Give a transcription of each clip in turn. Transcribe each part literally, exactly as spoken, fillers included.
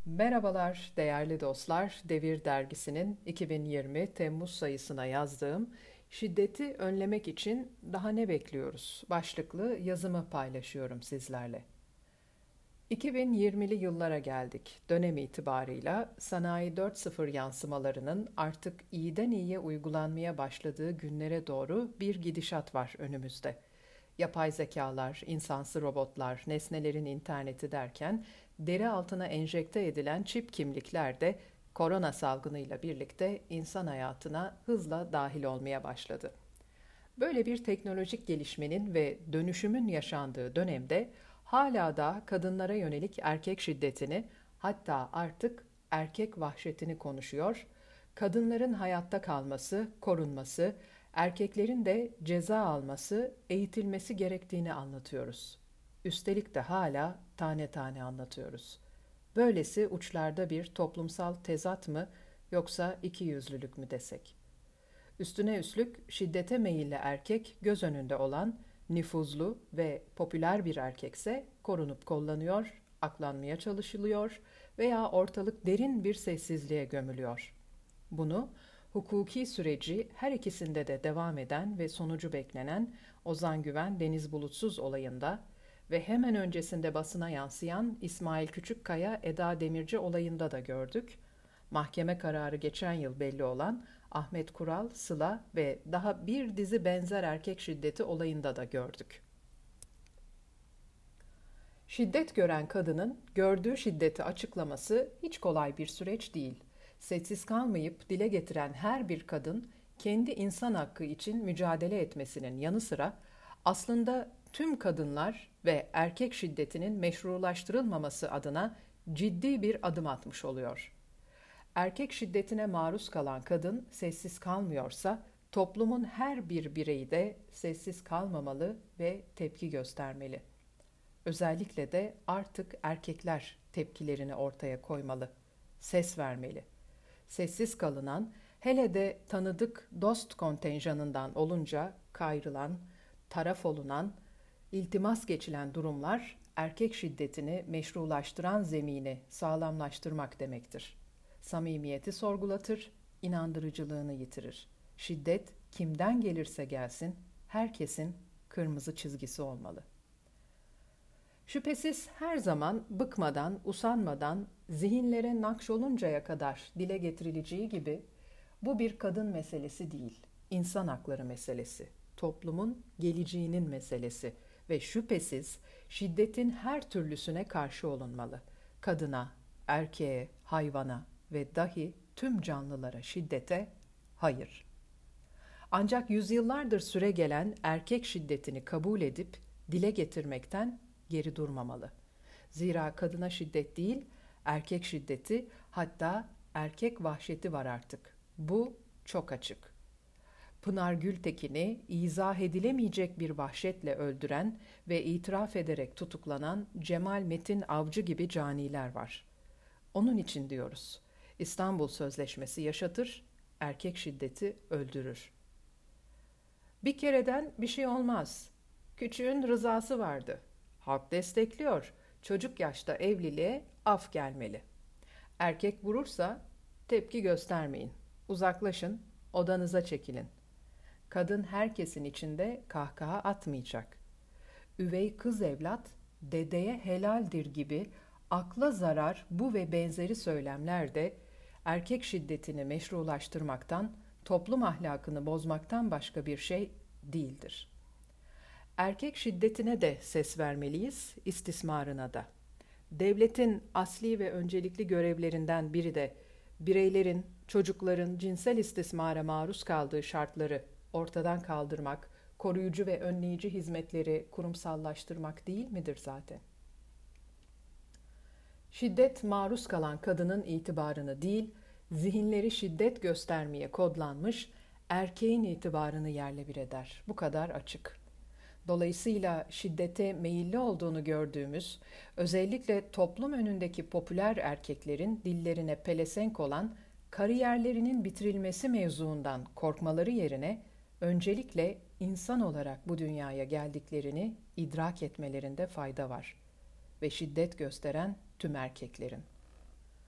Merhabalar değerli dostlar, Devir Dergisi'nin iki bin yirmi Temmuz sayısına yazdığım "Şiddeti önlemek için daha ne bekliyoruz?" başlıklı yazımı paylaşıyorum sizlerle. iki bin yirmili yıllara geldik. Dönem itibarıyla Sanayi dört nokta sıfır yansımalarının artık iyiden iyiye uygulanmaya başladığı günlere doğru bir gidişat var önümüzde. Yapay zekalar, insansı robotlar, nesnelerin interneti derken deri altına enjekte edilen çip kimlikler de korona salgınıyla birlikte insan hayatına hızla dahil olmaya başladı. Böyle bir teknolojik gelişmenin ve dönüşümün yaşandığı dönemde hala da kadınlara yönelik erkek şiddetini, hatta artık erkek vahşetini konuşuyor, kadınların hayatta kalması, korunması, erkeklerin de ceza alması, eğitilmesi gerektiğini anlatıyoruz. Üstelik de hala tane tane anlatıyoruz. Böylesi uçlarda bir toplumsal tezat mı yoksa ikiyüzlülük mü desek? Üstüne üstlük şiddete meyilli erkek göz önünde olan nüfuzlu ve popüler bir erkekse korunup kollanıyor, aklanmaya çalışılıyor veya ortalık derin bir sessizliğe gömülüyor. Bunu hukuki süreci her ikisinde de devam eden ve sonucu beklenen Ozan Güven Deniz Bulutsuz olayında ve hemen öncesinde basına yansıyan İsmail Küçükkaya Eda Demirci olayında da gördük. Mahkeme kararı geçen yıl belli olan Ahmet Kural, Sıla ve daha bir dizi benzer erkek şiddeti olayında da gördük. Şiddet gören kadının gördüğü şiddeti açıklaması hiç kolay bir süreç değil. Sessiz kalmayıp dile getiren her bir kadın kendi insan hakkı için mücadele etmesinin yanı sıra aslında tüm kadınlar ve erkek şiddetinin meşrulaştırılmaması adına ciddi bir adım atmış oluyor. Erkek şiddetine maruz kalan kadın sessiz kalmıyorsa toplumun her bir bireyi de sessiz kalmamalı ve tepki göstermeli. Özellikle de artık erkekler tepkilerini ortaya koymalı, ses vermeli. Sessiz kalınan, hele de tanıdık dost kontenjanından olunca kayrılan, taraf olunan, iltimas geçilen durumlar erkek şiddetini meşrulaştıran zemini sağlamlaştırmak demektir. Samimiyeti sorgulatır, inandırıcılığını yitirir. Şiddet kimden gelirse gelsin, herkesin kırmızı çizgisi olmalı. Şüphesiz her zaman bıkmadan, usanmadan, zihinlere nakşoluncaya kadar dile getirileceği gibi bu bir kadın meselesi değil, insan hakları meselesi, toplumun geleceğinin meselesi ve şüphesiz şiddetin her türlüsüne karşı olunmalı. Kadına, erkeğe, hayvana ve dahi tüm canlılara şiddete hayır. Ancak yüzyıllardır süregelen erkek şiddetini kabul edip dile getirmekten geri durmamalı. Zira kadına şiddet değil, erkek şiddeti, hatta erkek vahşeti var artık. Bu çok açık. Pınar Gültekin'i izah edilemeyecek bir vahşetle öldüren ve itiraf ederek tutuklanan Cemal Metin Avcı gibi caniler var. Onun için diyoruz, İstanbul Sözleşmesi yaşatır, erkek şiddeti öldürür. Bir kereden bir şey olmaz. Küçüğün rızası vardı. Halk destekliyor. Çocuk yaşta evliliğe af gelmeli. Erkek vurursa tepki göstermeyin. Uzaklaşın, odanıza çekilin. Kadın herkesin içinde kahkaha atmayacak. Üvey kız evlat dedeye helaldir gibi akla zarar bu ve benzeri söylemler de erkek şiddetini meşrulaştırmaktan, toplum ahlakını bozmaktan başka bir şey değildir. Erkek şiddetine de ses vermeliyiz, istismarına da. Devletin asli ve öncelikli görevlerinden biri de bireylerin, çocukların cinsel istismara maruz kaldığı şartları ortadan kaldırmak, koruyucu ve önleyici hizmetleri kurumsallaştırmak değil midir zaten? Şiddet maruz kalan kadının itibarını değil, zihinleri şiddet göstermeye kodlanmış erkeğin itibarını yerle bir eder. Bu kadar açık. Dolayısıyla şiddete meyilli olduğunu gördüğümüz, özellikle toplum önündeki popüler erkeklerin dillerine pelesenk olan kariyerlerinin bitirilmesi mevzuundan korkmaları yerine öncelikle insan olarak bu dünyaya geldiklerini idrak etmelerinde fayda var ve şiddet gösteren tüm erkeklerin.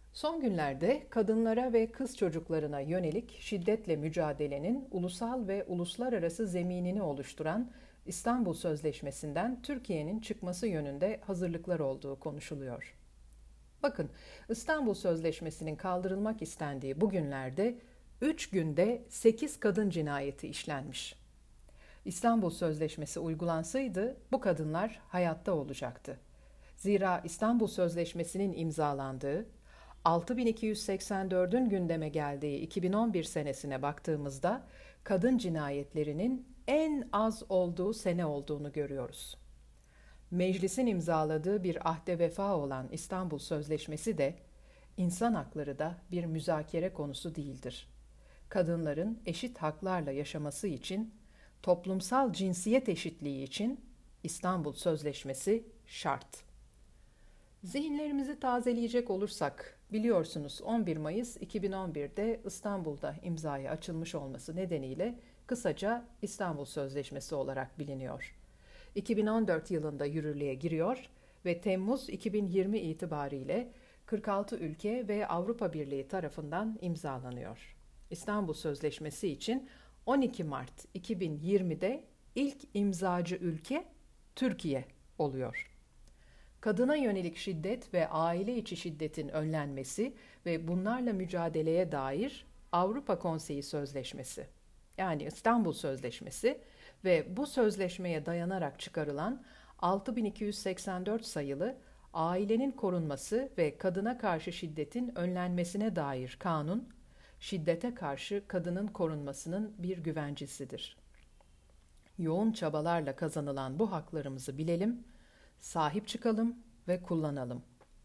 Son günlerde kadınlara ve kız çocuklarına yönelik şiddetle mücadelenin ulusal ve uluslararası zeminini oluşturan İstanbul Sözleşmesi'nden Türkiye'nin çıkması yönünde hazırlıklar olduğu konuşuluyor. Bakın, İstanbul Sözleşmesi'nin kaldırılmak istendiği bu günlerde üç günde sekiz kadın cinayeti işlenmiş. İstanbul Sözleşmesi uygulansaydı bu kadınlar hayatta olacaktı. Zira İstanbul Sözleşmesi'nin imzalandığı, altı bin iki yüz seksen dördün gündeme geldiği iki bin on bir senesine baktığımızda kadın cinayetlerinin en az olduğu sene olduğunu görüyoruz. Meclisin imzaladığı bir ahde vefa olan İstanbul Sözleşmesi de insan hakları da bir müzakere konusu değildir. Kadınların eşit haklarla yaşaması için, toplumsal cinsiyet eşitliği için İstanbul Sözleşmesi şart. Zihinlerimizi tazeleyecek olursak, biliyorsunuz on bir Mayıs iki bin on birde İstanbul'da imzaya açılmış olması nedeniyle kısaca İstanbul Sözleşmesi olarak biliniyor. iki bin on dört yılında yürürlüğe giriyor ve Temmuz iki bin yirmi itibariyle kırk altı ülke ve Avrupa Birliği tarafından imzalanıyor. İstanbul Sözleşmesi için on iki Mart iki bin yirmide ilk imzacı ülke Türkiye oluyor. Kadına yönelik şiddet ve aile içi şiddetin önlenmesi ve bunlarla mücadeleye dair Avrupa Konseyi Sözleşmesi, yani İstanbul Sözleşmesi ve bu sözleşmeye dayanarak çıkarılan altı bin iki yüz seksen dört sayılı Ailenin Korunması ve Kadına Karşı Şiddetin Önlenmesine dair kanun, şiddete karşı kadının korunmasının bir güvencesidir. Yoğun çabalarla kazanılan bu haklarımızı bilelim, sahip çıkalım ve kullanalım.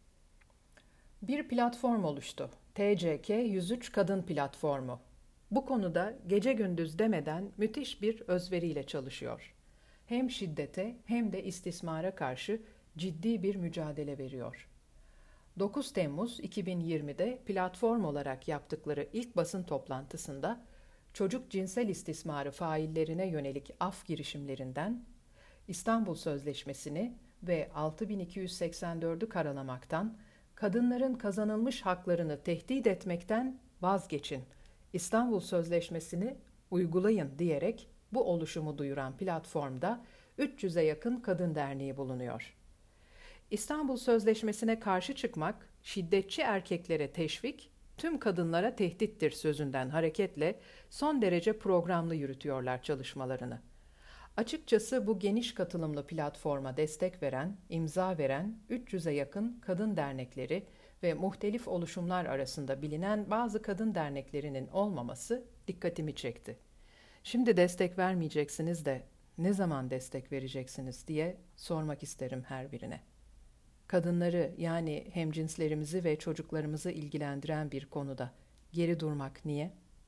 Bir platform oluştu. T C K yüz üç Kadın Platformu. Bu konuda gece gündüz demeden müthiş bir özveriyle çalışıyor. Hem şiddete hem de istismara karşı ciddi bir mücadele veriyor. dokuz Temmuz iki bin yirmide platform olarak yaptıkları ilk basın toplantısında çocuk cinsel istismarı faillerine yönelik af girişimlerinden, İstanbul Sözleşmesi'ni ve altı bin iki yüz seksen dördü karalamaktan, kadınların kazanılmış haklarını tehdit etmekten vazgeçin, İstanbul Sözleşmesi'ni uygulayın diyerek bu oluşumu duyuran platformda üç yüze yakın kadın derneği bulunuyor. İstanbul Sözleşmesi'ne karşı çıkmak, şiddetçi erkeklere teşvik, tüm kadınlara tehdittir sözünden hareketle son derece programlı yürütüyorlar çalışmalarını. Açıkçası bu geniş katılımlı platforma destek veren, imza veren üç yüze yakın kadın dernekleri ve muhtelif oluşumlar arasında bilinen bazı kadın derneklerinin olmaması dikkatimi çekti. Şimdi destek vermeyeceksiniz de ne zaman destek vereceksiniz diye sormak isterim her birine. Kadınları, yani hemcinslerimizi ve çocuklarımızı ilgilendiren bir konuda geri durmak niye?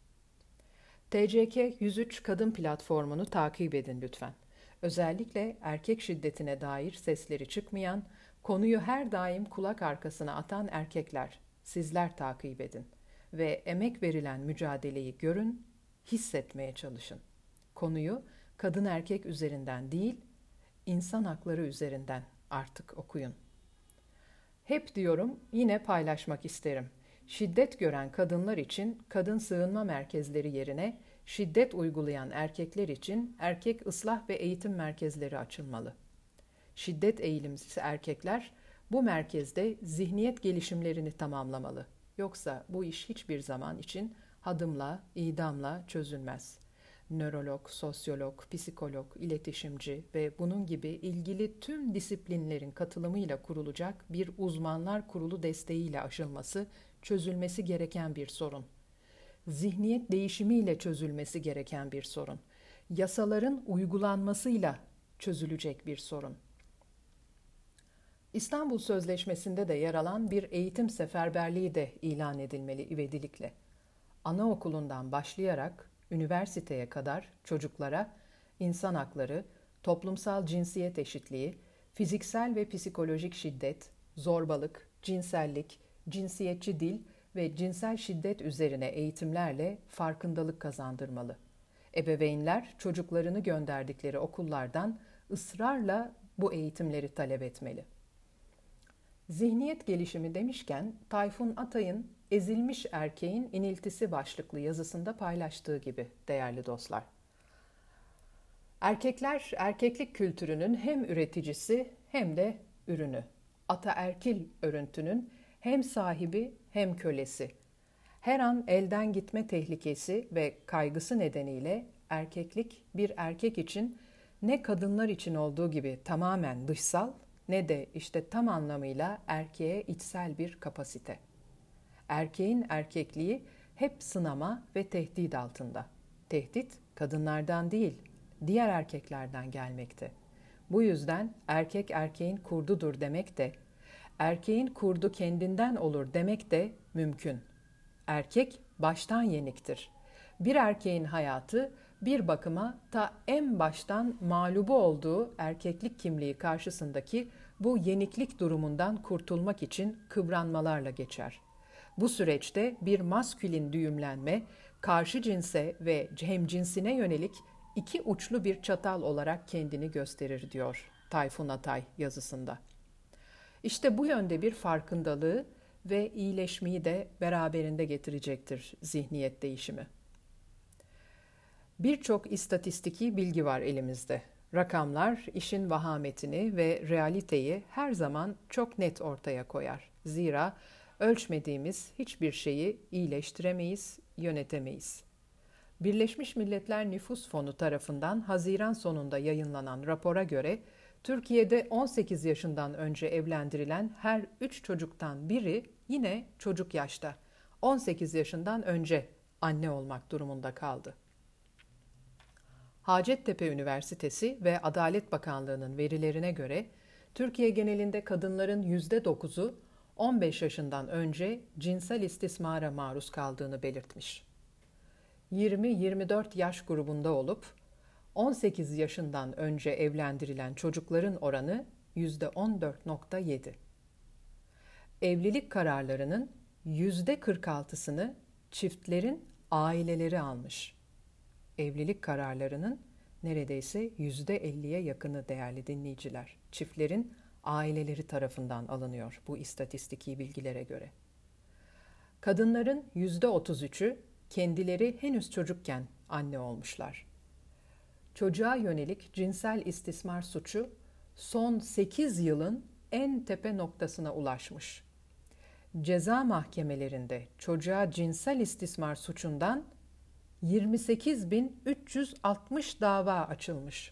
T C K yüz üç Kadın Platformu'nu takip edin lütfen. Özellikle erkek şiddetine dair sesleri çıkmayan, konuyu her daim kulak arkasına atan erkekler, sizler takip edin ve emek verilen mücadeleyi görün, hissetmeye çalışın. Konuyu kadın erkek üzerinden değil, insan hakları üzerinden artık okuyun. Hep diyorum, yine paylaşmak isterim. Şiddet gören kadınlar için kadın sığınma merkezleri yerine şiddet uygulayan erkekler için erkek ıslah ve eğitim merkezleri açılmalı. Şiddet eğilimlisi erkekler bu merkezde zihniyet gelişimlerini tamamlamalı. Yoksa bu iş hiçbir zaman için hadımla, idamla çözülmez. Nörolog, sosyolog, psikolog, iletişimci ve bunun gibi ilgili tüm disiplinlerin katılımıyla kurulacak bir uzmanlar kurulu desteğiyle aşılması, çözülmesi gereken bir sorun. Zihniyet değişimiyle çözülmesi gereken bir sorun. Yasaların uygulanmasıyla çözülecek bir sorun. İstanbul Sözleşmesi'nde de yer alan bir eğitim seferberliği de ilan edilmeli ivedilikle. Anaokulundan başlayarak üniversiteye kadar çocuklara insan hakları, toplumsal cinsiyet eşitliği, fiziksel ve psikolojik şiddet, zorbalık, cinsellik, cinsiyetçi dil ve cinsel şiddet üzerine eğitimlerle farkındalık kazandırmalı. Ebeveynler çocuklarını gönderdikleri okullardan ısrarla bu eğitimleri talep etmeli. Zihniyet gelişimi demişken Tayfun Atay'ın Ezilmiş Erkeğin İniltisi başlıklı yazısında paylaştığı gibi değerli dostlar. Erkekler erkeklik kültürünün hem üreticisi hem de ürünü. Ataerkil örüntünün hem sahibi hem kölesi. Her an elden gitme tehlikesi ve kaygısı nedeniyle erkeklik bir erkek için ne kadınlar için olduğu gibi tamamen dışsal ne de işte tam anlamıyla erkeğe içsel bir kapasite. Erkeğin erkekliği hep sınama ve tehdit altında. Tehdit kadınlardan değil, diğer erkeklerden gelmekte. Bu yüzden erkek erkeğin kurdudur demek de, erkeğin kurdu kendinden olur demek de mümkün. Erkek baştan yeniktir. Bir erkeğin hayatı bir bakıma ta en baştan mağlubu olduğu erkeklik kimliği karşısındaki bu yeniklik durumundan kurtulmak için kıvranmalarla geçer. Bu süreçte bir maskülin düğümlenme, karşı cinse ve hemcinsine yönelik iki uçlu bir çatal olarak kendini gösterir diyor Tayfun Atay yazısında. İşte bu yönde bir farkındalığı ve iyileşmeyi de beraberinde getirecektir zihniyet değişimi. Birçok istatistiki bilgi var elimizde. Rakamlar işin vahametini ve realiteyi her zaman çok net ortaya koyar. Zira ölçmediğimiz hiçbir şeyi iyileştiremeyiz, yönetemeyiz. Birleşmiş Milletler Nüfus Fonu tarafından Haziran sonunda yayınlanan rapora göre Türkiye'de on sekiz yaşından önce evlendirilen her üç çocuktan biri yine çocuk yaşta, on sekiz yaşından önce anne olmak durumunda kaldı. Hacettepe Üniversitesi ve Adalet Bakanlığı'nın verilerine göre Türkiye genelinde kadınların yüzde dokuzu on beş yaşından önce cinsel istismara maruz kaldığını belirtmiş. yirmi yirmi dört yaş grubunda olup on sekiz yaşından önce evlendirilen çocukların oranı yüzde on dört virgül yedi. Evlilik kararlarının yüzde kırk altısını çiftlerin aileleri almış. Evlilik kararlarının neredeyse yüzde elliye yakını değerli dinleyiciler, çiftlerin aileleri tarafından alınıyor bu istatistiki bilgilere göre. Kadınların yüzde otuz üçü kendileri henüz çocukken anne olmuşlar. Çocuğa yönelik cinsel istismar suçu son sekiz yılın en tepe noktasına ulaşmış. Ceza mahkemelerinde çocuğa cinsel istismar suçundan yirmi sekiz bin üç yüz altmış dava açılmış.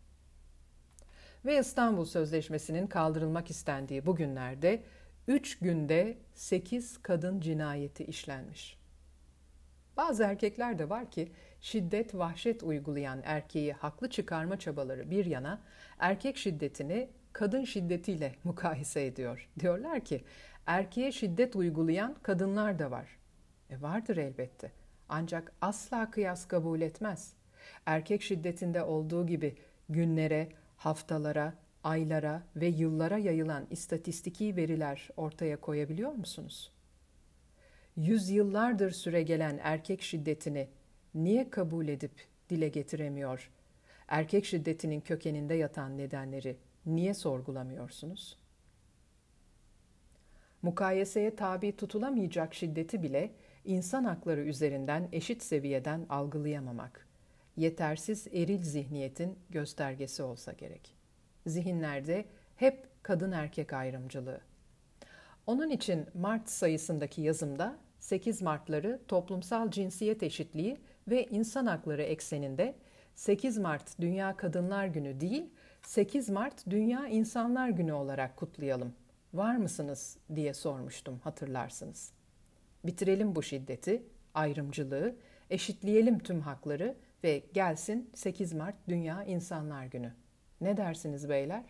Ve İstanbul Sözleşmesi'nin kaldırılmak istendiği bu günlerde üç günde sekiz kadın cinayeti işlenmiş. Bazı erkekler de var ki şiddet, vahşet uygulayan erkeği haklı çıkarma çabaları bir yana erkek şiddetini kadın şiddetiyle mukayese ediyor. Diyorlar ki erkeğe şiddet uygulayan kadınlar da var. E vardır elbette. Ancak asla kıyas kabul etmez. Erkek şiddetinde olduğu gibi günlere, haftalara, aylara ve yıllara yayılan istatistiki veriler ortaya koyabiliyor musunuz? Yüzyıllardır süregelen erkek şiddetini niye kabul edip dile getiremiyor? Erkek şiddetinin kökeninde yatan nedenleri niye sorgulamıyorsunuz? Mukayeseye tabi tutulamayacak şiddeti bile insan hakları üzerinden eşit seviyeden algılayamamak, yetersiz eril zihniyetin göstergesi olsa gerek. Zihinlerde hep kadın erkek ayrımcılığı. Onun için Mart sayısındaki yazımda sekiz Mart'ları toplumsal cinsiyet eşitliği ve insan hakları ekseninde sekiz Mart Dünya Kadınlar Günü değil, sekiz Mart Dünya İnsanlar Günü olarak kutlayalım. Var mısınız diye sormuştum, hatırlarsınız. Bitirelim bu şiddeti, ayrımcılığı, eşitleyelim tüm hakları ve gelsin sekiz Mart Dünya İnsanlar Günü. Ne dersiniz beyler?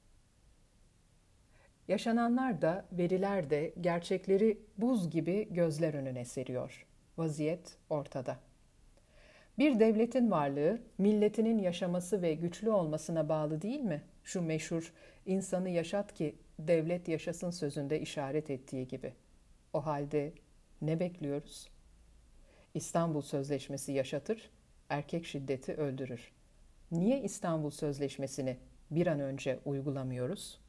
Yaşananlar da, veriler de gerçekleri buz gibi gözler önüne seriyor. Vaziyet ortada. Bir devletin varlığı, milletinin yaşaması ve güçlü olmasına bağlı değil mi? Şu meşhur insanı yaşat ki devlet yaşasın sözünde işaret ettiği gibi. O halde ne bekliyoruz? İstanbul Sözleşmesi yaşatır, erkek şiddeti öldürür. Niye İstanbul Sözleşmesi'ni bir an önce uygulamıyoruz?